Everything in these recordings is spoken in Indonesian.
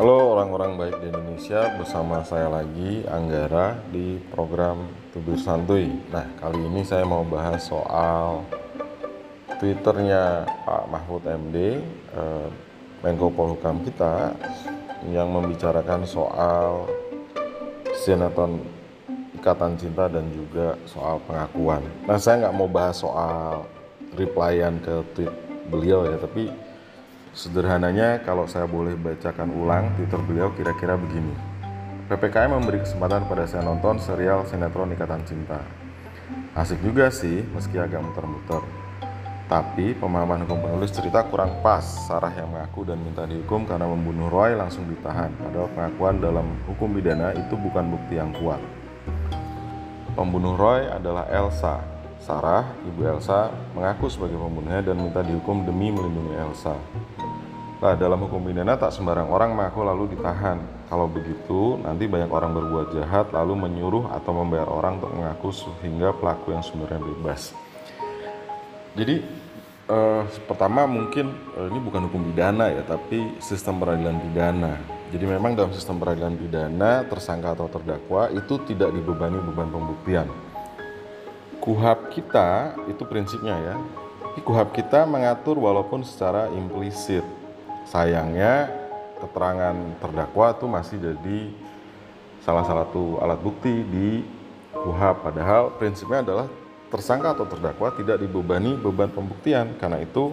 Halo orang-orang baik di Indonesia, bersama saya lagi Anggara di program Tubir Santuy. Nah, kali ini saya mau bahas soal Twitternya Pak Mahfud MD, Menko Polhukam kita, yang membicarakan soal sinetron Ikatan Cinta dan juga soal pengakuan. Nah, saya nggak mau bahas soal replyan ke tweet beliau ya, tapi sederhananya kalau saya boleh bacakan ulang Twitter beliau kira-kira begini. PPKM memberi kesempatan pada saya nonton serial sinetron Ikatan Cinta. Asik juga sih meski agak muter-muter. Tapi pemahaman hukum penulis cerita kurang pas. Sarah yang mengaku dan minta dihukum karena membunuh Roy langsung ditahan. Padahal pengakuan dalam hukum pidana itu bukan bukti yang kuat. Pembunuh Roy adalah Elsa. Sarah, ibu Elsa, mengaku sebagai pembunuhnya dan minta dihukum demi melindungi Elsa. Nah, dalam hukum pidana tak sembarang orang mengaku lalu ditahan. Kalau begitu, nanti banyak orang berbuat jahat lalu menyuruh atau membayar orang untuk mengaku sehingga pelaku yang sebenarnya bebas. Jadi, pertama mungkin ini bukan hukum pidana ya, tapi sistem peradilan pidana. Jadi memang dalam sistem peradilan pidana, tersangka atau terdakwa itu tidak dibebani beban pembuktian. KUHP kita itu prinsipnya ya, KUHP kita mengatur walaupun secara implisit. Sayangnya keterangan terdakwa itu masih jadi salah satu alat bukti di KUHP. Padahal prinsipnya adalah tersangka atau terdakwa tidak dibebani beban pembuktian. Karena itu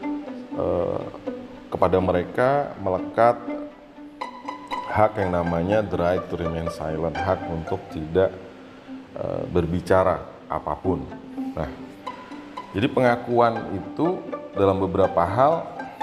kepada mereka melekat hak yang namanya the right to remain silent, hak untuk tidak berbicara apapun. Nah, jadi pengakuan itu dalam beberapa hal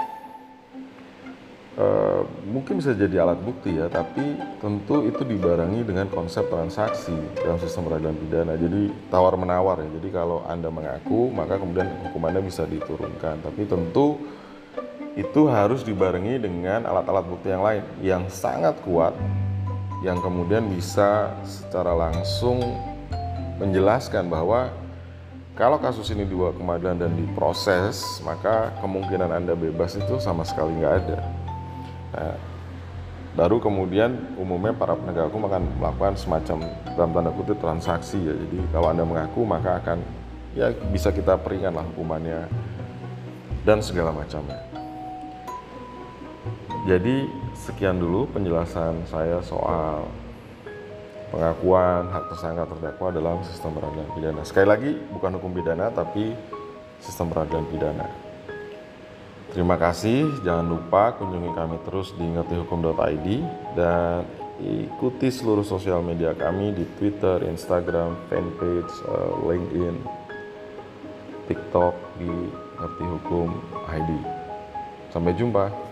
mungkin bisa jadi alat bukti ya, tapi tentu itu dibarengi dengan konsep transaksi dalam sistem peradilan pidana. Jadi tawar menawar ya. Jadi kalau Anda mengaku, maka kemudian hukumannya bisa diturunkan. Tapi tentu itu harus dibarengi dengan alat-alat bukti yang lain yang sangat kuat, yang kemudian bisa secara langsung menjelaskan bahwa kalau kasus ini dibawa ke pengadilan dan diproses, maka kemungkinan Anda bebas itu sama sekali nggak ada. Nah, baru kemudian umumnya para penegak hukum akan melakukan semacam dalam tanda kutip transaksi ya. Jadi kalau Anda mengaku maka akan ya bisa kita peringan lah hukumannya dan segala macamnya. Jadi sekian dulu penjelasan saya soal pengakuan hak tersangka terdakwa dalam sistem peradilan pidana. Sekali lagi bukan hukum pidana tapi sistem peradilan pidana. Terima kasih, jangan lupa kunjungi kami terus di ngertihukum.id dan ikuti seluruh sosial media kami di Twitter, Instagram, fanpage, LinkedIn, TikTok di ngertihukum.id. Sampai jumpa.